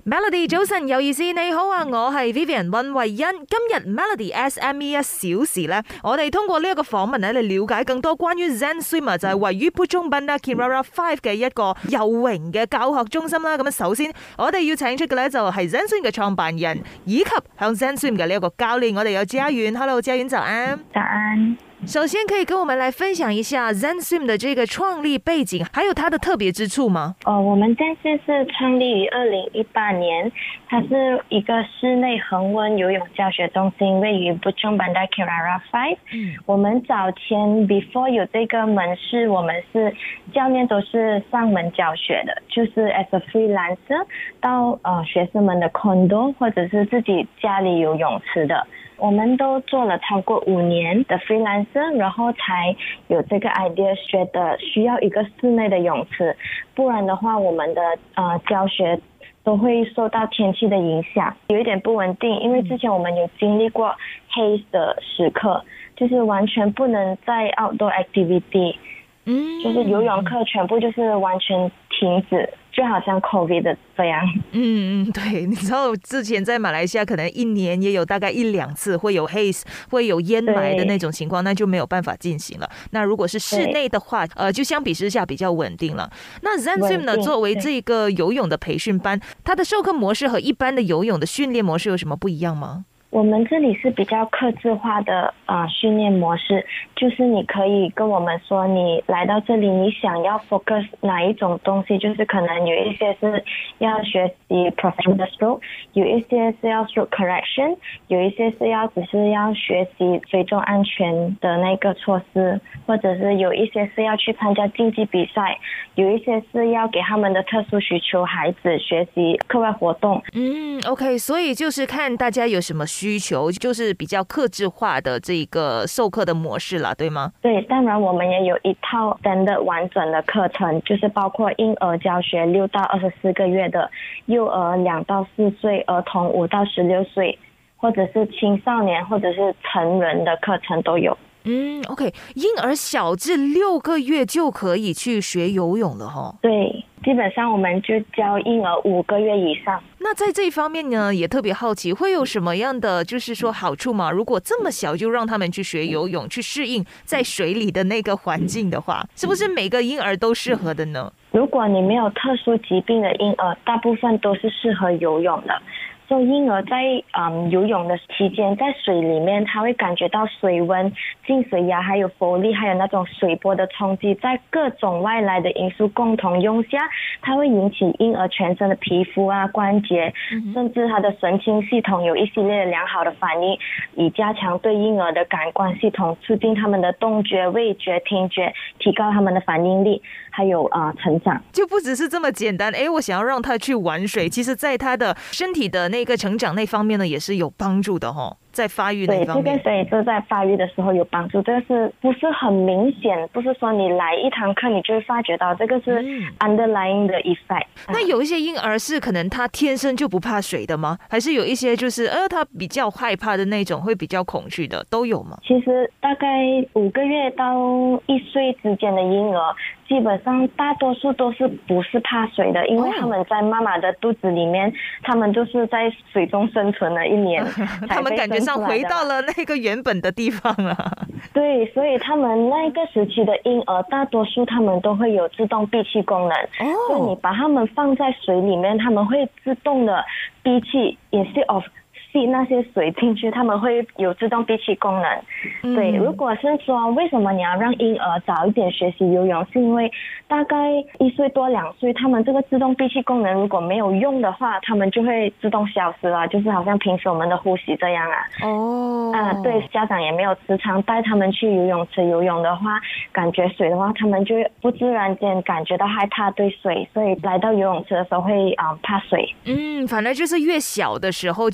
Melody 早晨有意思，你好啊，我係 Vivian 溫慧欣。今日 Melody SME 1小時咧，我哋通過呢一個訪問咧嚟了解更多關於 Zen Swim 就係位於 Puchong Bandar Kirara 5嘅一個游泳嘅教學中心啦。咁首先我哋要請出嘅咧就係 Zen Swim 嘅創辦人，以及向 Zen Swim 嘅呢一個教練，我哋有嘉云。Hello， 嘉云早安。 早安。 首先可以跟我們來分享一下 Zen Swim 的這個創立背景，還有它的特別之處嗎？ 我們 Zen Swim 是創立於2018年，它是一個室內恆溫游泳教學中心，位於 Puchong Bandar Kirara 5。我們早前 before 有這個門市，我們是教練都是上門教學的，就是 as a freelancer 到學生們的 condo 或者是自己家裡有泳池的。我們都做了超過5年的 freelancer， 然後才有這個 idea， 覺得需要一個室內的泳池，不然的話我們的教學都會受到天氣的影響，有一點不穩定。因為之前我們有經歷過 haze 的時刻，就是完全不能在 outdoor activity， 就是游泳課全部就是完全停止，就好像 COVID 的這樣。 對，你知道之前在馬來西亞可能一年也有大概1-2次會有 haze， 會有煙霾的那種情況，那就沒有辦法進行了。那如果是室內的話，就相比之下比較穩定了。那 Zen Swim 呢，作為這個游泳的培訓班，它的授課模式和一般的游泳的訓練模式有什麼不一樣嗎？ 我們這裡是比較客製化的訓練模式，就是你可以跟我們說你來到這裡你想要 focus 哪一種東西，就是可能有一些是要學習 professional stroke， 有一些是要 stroke correction， 有一些是只是要學習水中安全的那個措施，或者是有一些是要去參加競技比賽，有一些是要給他們的特殊需求孩子學習課外活動。 OK， 所以就是看大家有什麼需求，就是比較客製化的這個授課的模式啦，對嗎？ 對，當然我們也有一套 standard 完整的課程，就是包括嬰兒教學6到24個月的，幼兒2到4歲，兒童5到16歲，或者是青少年或者是成人的課程都有。 OK， 嬰兒小至6個月就可以去學游泳了齁。 對，基本上我們就教嬰兒5個月以上。 那在這一方面呢，也特別好奇，會有什麼樣的就是說好處嗎？如果這麼小就讓他們去學游泳，去適應在水裡的那個環境的話，是不是每個嬰兒都適合的呢？ 如果你沒有特殊疾病的嬰兒，大部分都是適合游泳的。所以嬰兒在游泳的期間，在水裡面，他會感覺到水溫、進水壓，還有浮力，還有那種水波的衝擊，在各種外來的因素共同用下，它會引起嬰兒全身的皮膚啊、關節，甚至他的神經系統有一系列良好的反應，以加強對嬰兒的感官系統，促進他們的動覺、味覺、聽覺，提高他們的反應力，還有成長。 就不只是這麼簡單，我想要讓他去玩水，其實在他的身體的那個成長那方面呢，也是有幫助的齁，在發育那方面。對，這個所以就在發育的時候有幫助，這個是不是很明顯？不是說你來一堂課你就會發覺到，這個是 underlying 的 effect。那有一些嬰兒是可能他天生就不怕水的嗎？還是有一些就是他比較害怕的那種，會比較恐懼的，都有嗎？ 其實大概5個月到1歲之間的嬰兒，基本上大多數都是不是怕水的，因為他們在媽媽的肚子裡面，他們就是在水中生存了1年， 他們感覺上回到了那個原本的地方了。 對，所以他們那個時期的嬰兒，大多數他們都會有自動閉氣功能。所以你把他們放在水裡面，他們會自動的閉氣，instead of吸那些水進去，他們會有自動閉氣功能。對，如果是說為什麼你要讓嬰兒早一點學習游泳，是因為大概1歲多2歲，他們這個自動閉氣功能如果沒有用的話，他們就會自動消失了，就是好像平時我們的呼吸這樣啊。對，家長也沒有時常帶他們去游泳池游泳的話，感覺水的話，他們就不自然間感覺到害怕對水，所以來到游泳池的時候會怕水。 反正就是越小的時候就讓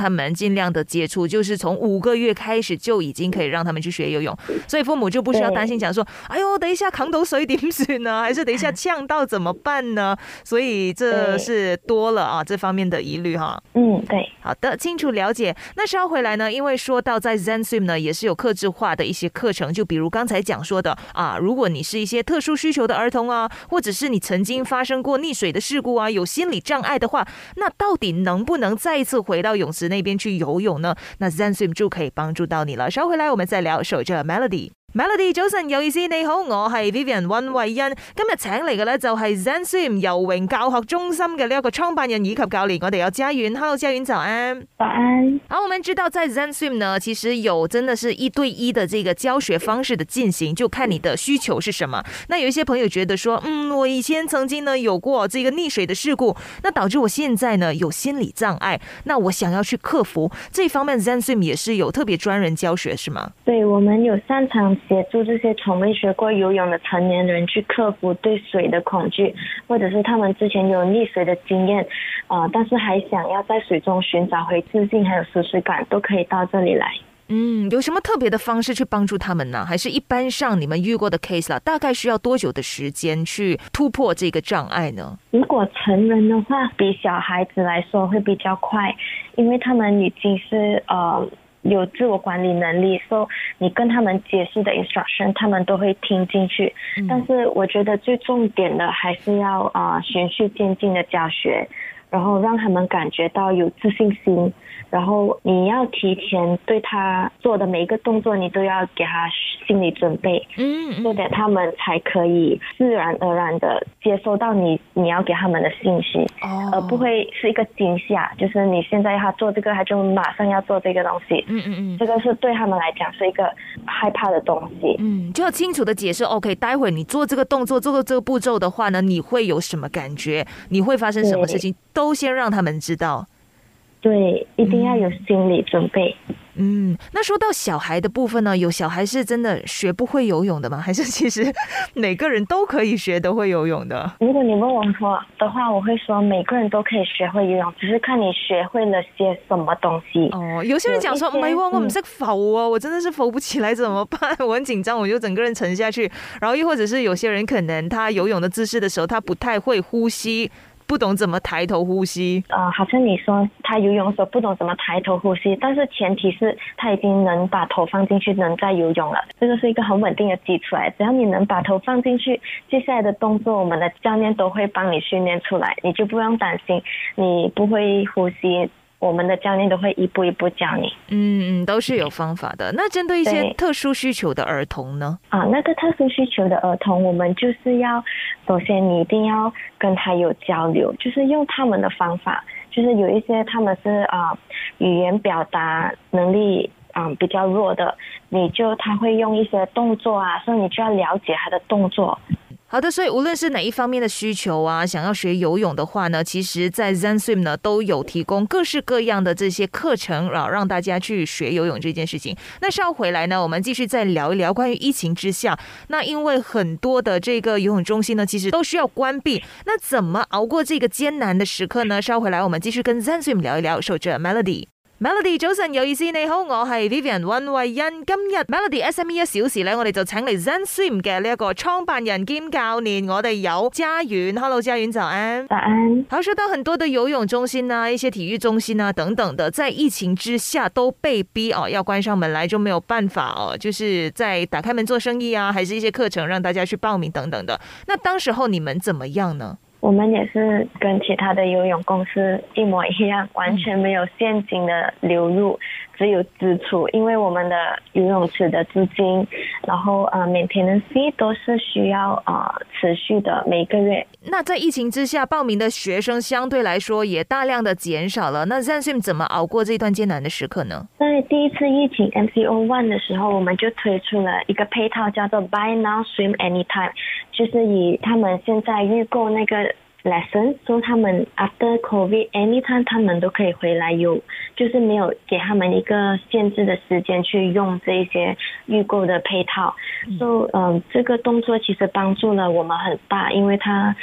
他们尽量的接触，就是从5个月开始就已经可以让他们去学游泳，所以父母就不需要担心讲说，哎呦，等一下扛到水点算呢，还是等一下呛到怎么办呢？所以这是多了啊这方面的疑虑哈。 对， 好的，清楚了解。那稍回来呢，因为说到在 Zen Swim 呢也是有客制化的一些课程，就比如刚才讲说的啊，如果你是一些特殊需求的儿童啊，或者是你曾经发生过溺水的事故啊，有心理障碍的话，那到底能不能再一次回到泳池那边去游泳呢？那 Zen Swim 就可以帮助到你了。稍回来我们再聊，守着 Melody。Melody 早晨有意思，你好，我係 Vivian 溫慧欣。今日請嚟嘅咧就係 Zen Swim 游泳教學中心嘅呢一個創辦人以及教練，我哋有嘉云。Hello， 嘉云早安。 早安。 好，我們知道在 Zen Swim 呢，其實有真的是1對1的這個教學方式的進行，就看你的需求是什麼。那有一些朋友覺得說，我以前曾經呢有過這個溺水的事故，那導致我現在呢有心理障礙，那我想要去克服這方面 ，Zen Swim 也是有特別專人教學，是嗎？ 對，我們有擅長協助這些從未學過游泳的成年人去克服對水的恐懼，或者是他們之前有溺水的經驗，但是還想要在水中尋找回自信還有舒適感，都可以到這裡來。 有什麼特別的方式去幫助他們呢？還是一般上你們遇過的 case 啦，大概需要多久的時間去突破這個障礙呢？ 如果成人的話，比小孩子來說會比較快，因為他們已經是有自我管理能力，所以你跟他們解釋的 instruction 他們都會聽進去。但是我覺得最重點的還是要循序漸進的教學，然後讓他們感覺到有自信心，然後你要提前對他做的每一個動作你都要給他心理準備，so that他們才可以自然而然的接收到你要給他們的信息，而不會是一個驚嚇，就是你現在他做這個他就馬上要做這個東西，這個是對他們來講是一個害怕的東西。 就要清楚的解釋 OK， 待會你做這個動作做這個步驟的話呢，你會有什麼感覺，你會發生什麼事情，都先讓他們知道。 對，一定要有心理準備。 那說到小孩的部分呢，有小孩是真的學不會游泳的嗎？還是其實每個人都可以學得會游泳的？ 如果你問我的話，我會說每個人都可以學會游泳，只是看你學會了些什麼東西。 有些人講說唔係喎，我唔識浮啊，我真的是浮不起來怎麼辦？我很緊張，我就整個人沉下去。然後又或者是有些人可能他游泳的姿勢的時候，他不太會呼吸，不懂怎麼抬頭呼吸。 好像你說他游泳的時候不懂怎麼抬頭呼吸，但是前提是他已經能把頭放進去，能在游泳了，這個是一個很穩定的基礎來。只要你能把頭放進去，接下來的動作我們的教練都會幫你訓練出來，你就不用擔心你不會呼吸，我們的教練都會一步一步教你。 都是有方法的。那針對一些特殊需求的兒童呢？ 那個特殊需求的兒童，我們就是要首先你一定要跟他有交流，就是用他們的方法，就是有一些他們是語言表達能力比較弱的，他會用一些動作啊，所以你就要了解他的動作。 好的，所以無論是哪一方面的需求啊，想要學游泳的話呢，其實在 Zen Swim 呢都有提供各式各樣的這些課程，讓大家去學游泳這件事情。那稍回來呢，我們繼續再聊一聊關於疫情之下，那因為很多的這個游泳中心呢，其實都需要關閉，那怎麼熬過這個艱難的時刻呢？稍回來我們繼續跟 Zen Swim 聊一聊，守着 Melody。Melody 早晨有意思，你好，我係 Vivian 溫慧欣。今日 Melody SME 1小時咧，我哋就請嚟 Zen Swim 嘅呢一個創辦人兼教練，我哋有嘉云。Hello， 嘉云早安。 早安。 好，說到很多的游泳中心啊，一些體育中心啊等等的，在疫情之下都被逼要關上門來，就沒有辦法就是在打開門做生意啊，還是一些課程讓大家去報名等等的。那當時候你們怎麼樣呢？ 我們也是跟其他的游泳公司一模一樣，完全沒有現金的流入，只有支出，因為我們的游泳池的資金，然後maintenance fee 都是需要持續的每個月。 那在疫情之下，報名的學生相對來說也大量的減少了。那 Zen Swim 怎麼熬過這段艱難的時刻呢？ 在第一次疫情 MCO1 的時候，我們就推出了一個配套叫做 Buy Now Swim Anytime， 就是以他們現在預購那個lesson， 所以他們 after COVID anytime 他們都可以回來游，就是沒有給他們一個限制的時間去用這一些預購的配套。所以這個動作其實幫助了我們很大，因為它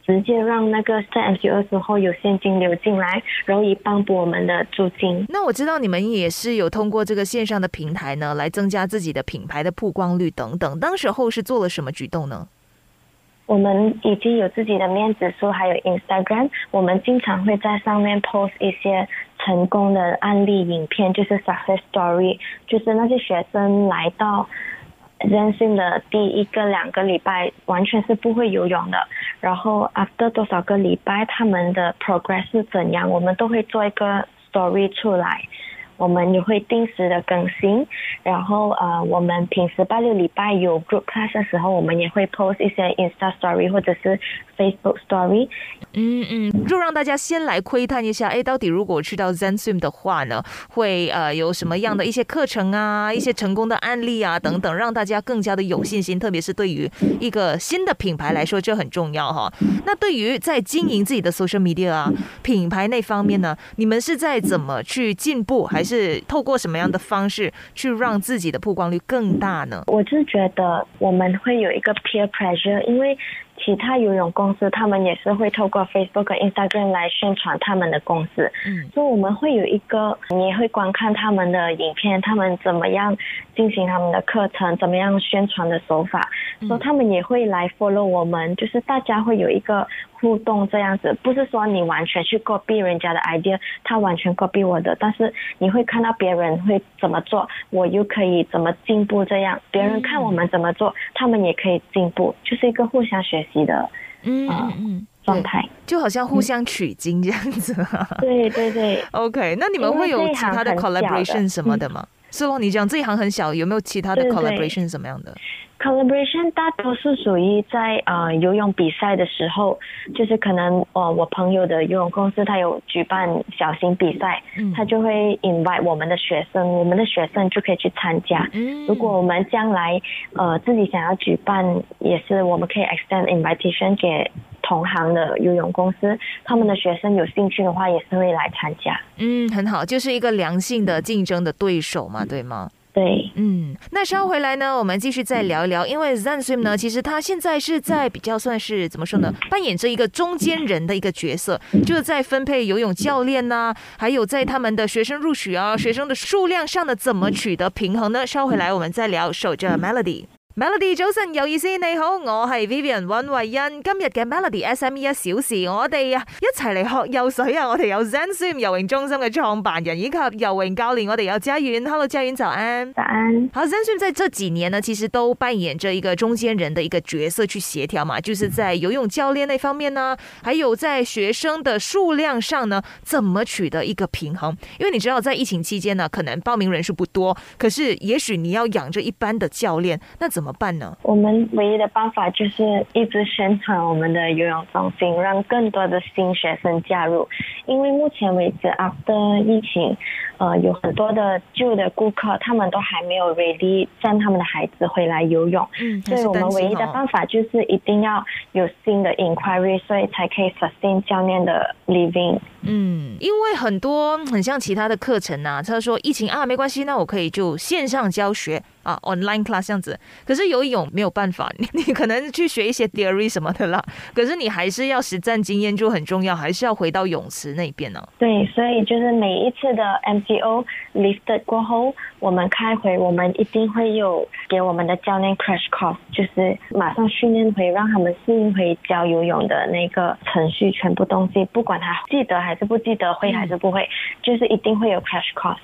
直接让那个在 MCO 时候有现金流进来，然后以帮补我们的租金。 那我知道你们也是有通过这个线上的平台呢，来增加自己的品牌的曝光率等等。当时候是做了什么举动呢？ 我们已经有自己的面子书，还有 Instagram， 我们经常会在上面 post 一些成功的案例影片，就是 success story， 就是那些学生来到ZenSwim 的第1个2个礼拜完全是不会游泳的，然后 after 多少个礼拜他们的 progress 是怎样，我们都会做一个 story 出来，我们也会定时的更新，然后我们平时拜6礼拜有 group class 的时候，我们也会 post 一些 Insta story 或者是 Facebook story。 就让大家先来窥探一下，到底如果去到 ZenSwim 的话呢，会有什么样的一些课程啊，一些成功的案例啊等等，让大家更加的有信心，特别是对于一个新的品牌来说，这很重要哈。那对于在经营自己的 social media 啊，品牌那方面呢，你们是在怎么去进步，还是透过什么样的方式去让自己的曝光率更大呢？ 我就觉得我们会有一个 peer pressure， 因为其他游泳公司他们也是会透过 Facebook 和 Instagram 来宣传他们的公司，所以我们会有一个，你也会观看他们的影片，他们怎么样进行他们的课程，怎么样宣传的手法，所以他们也会来 follow 我们，就是大家会有一个互动这样子，不是说你完全去 copy 人家的 idea， 他完全 copy 我的，但是你会看到别人会怎么做，我又可以怎么进步，这样别人看我们怎么做，他们也可以进步，就是一个互相学习的状态， 就好像互相取经这样子。 对对对。 OK， 那你们会有其他的 collaboration 什么的吗？是咯，你讲这一行很小，有没有其他的 collaboration 什么样的 ？collaboration 大多是属于在游泳比赛的时候，就是可能我朋友的游泳公司他有举办小型比赛，他就会 invite 我们的学生，我们的学生就可以去参加。如果我们将来自己想要举办，也是我们可以 extend invitation 给同行的游泳公司，他们的学生有兴趣的话也是会来参加。 很好，就是一个良性的竞争的对手嘛，对吗？ 对， 那稍后回来呢，我们继续再聊一聊，因为 ZenSwim 呢，其实他现在是在比较算是怎么说呢，扮演着一个中间人的一个角色，就是在分配游泳教练啊，还有在他们的学生入学啊，学生的数量上的怎么取得平衡呢？稍后回来我们再聊，守着 Melody。Melody 早晨有意思，你好，我係 Vivian 溫慧欣。今日嘅 Melody SME 1小時，我哋一齊嚟學游水啊！我哋有 ZenSwim 游泳中心嘅創辦人以及游泳教練，我哋有嘉云。Hello， 嘉云早安。 早安。 好 ，ZenSwim 在這幾年呢，其實都扮演着一個中間人的一個角色去協調嘛，就是在游泳教練那方面呢，還有在學生的數量上呢，怎麼取得一個平衡？因為你知道，在疫情期間呢，可能報名人數不多，可是也許你要養着一班的教練，那怎麼辦呢？ 我們唯一的辦法就是一直宣傳我們的游泳中心，讓更多的新學生加入。因為目前為止 after 疫情，有很多的舊的顧客，他們都還沒有 ready 讓他們的孩子回來游泳。所以我們唯一的辦法就是一定要有新的 inquiry， 所以才可以 sustain 教練的 living。 因為很多很像其他的課程啊，他說疫情啊沒關係，那我可以就線上教學啊 online class 這樣子。可是游泳沒有辦法，你可能去學一些 theory 什麼的啦，可是你還是要實戰經驗就很重要，還是要回到泳池那邊呢。 對，所以就是每一次的 MCO lifted 過後，我們開回，我們一定會有給我們的教練 crash course，就是馬上訓練回，讓他們適應回教游泳的那個程序，全部東西，不管他記得還是不記得，會還是不會，就是一定會有 crash course。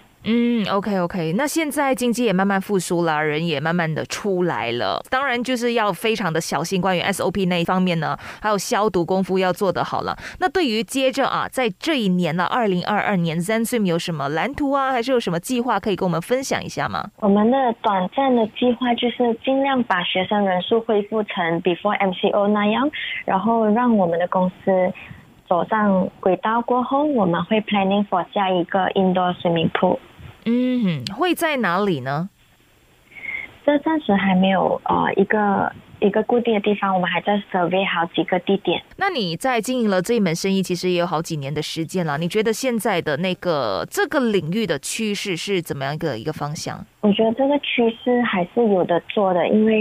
OK， 那現在經濟也慢慢復甦了，人也慢慢的出來了，當然就是要非常的小心，關於 SOP 那一方面呢，還有消毒功夫要做得好了。那對於接着啊，在這一年了2022年 ZenSwim 有什麼藍圖啊，還是有什麼計劃可以跟我們分享一下嗎？ 我們的短暫的計劃就是盡量把學生人數恢復成 before MCO 那樣，然後讓我們的公司走上軌道過後，我們會 planning for 下一個 indoor swimming pool。 會在哪裏呢？ 這暫時還沒有一個固定的地方，我們還在 survey 好幾個地點。 那你在經營了這一門生意，其實也有好幾年的時間了。你覺得現在的這個領域的趨勢是怎麼樣一個方向？ 我覺得這個趨勢還是有的做的，因為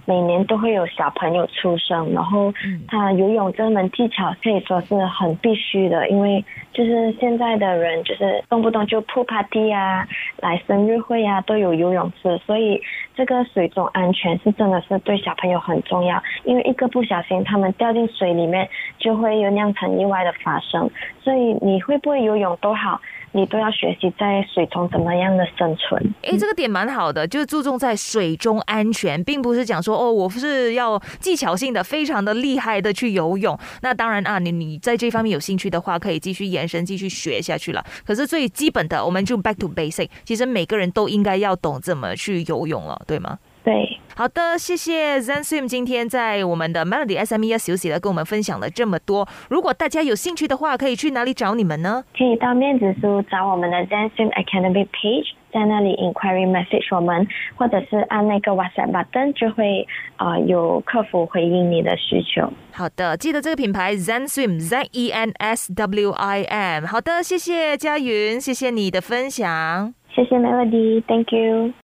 每年都会有小朋友出生，然后他游泳这门技巧可以说是很必须的，因为就是现在的人就是动不动就pool party 啊，来生日会啊都有游泳池，所以这个水中安全是真的是对小朋友很重要，因为一个不小心他们掉进水里面就会有酿成意外的发生，所以你会不会游泳都好，你都要学习在水中怎么样的生存。 这个点蛮好的，就是注重在水中安全，并不是讲说我是要技巧性的非常的厉害的去游泳，那当然啊，你在这方面有兴趣的话可以继续延伸继续学下去了，可是最基本的我们就 back to basic， 其实每个人都应该要懂怎么去游泳了，对吗？ 对， 好的，谢谢 Zen Swim 今天在我们的 Melody SME 小喜的跟我们分享了这么多。如果大家有兴趣的话，可以去哪里找你们呢？ 可以到面子书找我们的 Zen Swim Academy page， 在那里 inquiry message 我们，或者是按那个 WhatsApp button 就会有客服回应你的需求。 好的，记得这个品牌 Zen Swim ZENSWIM。好的，谢谢嘉云，谢谢你的分享。 谢谢 Melody， Thank you。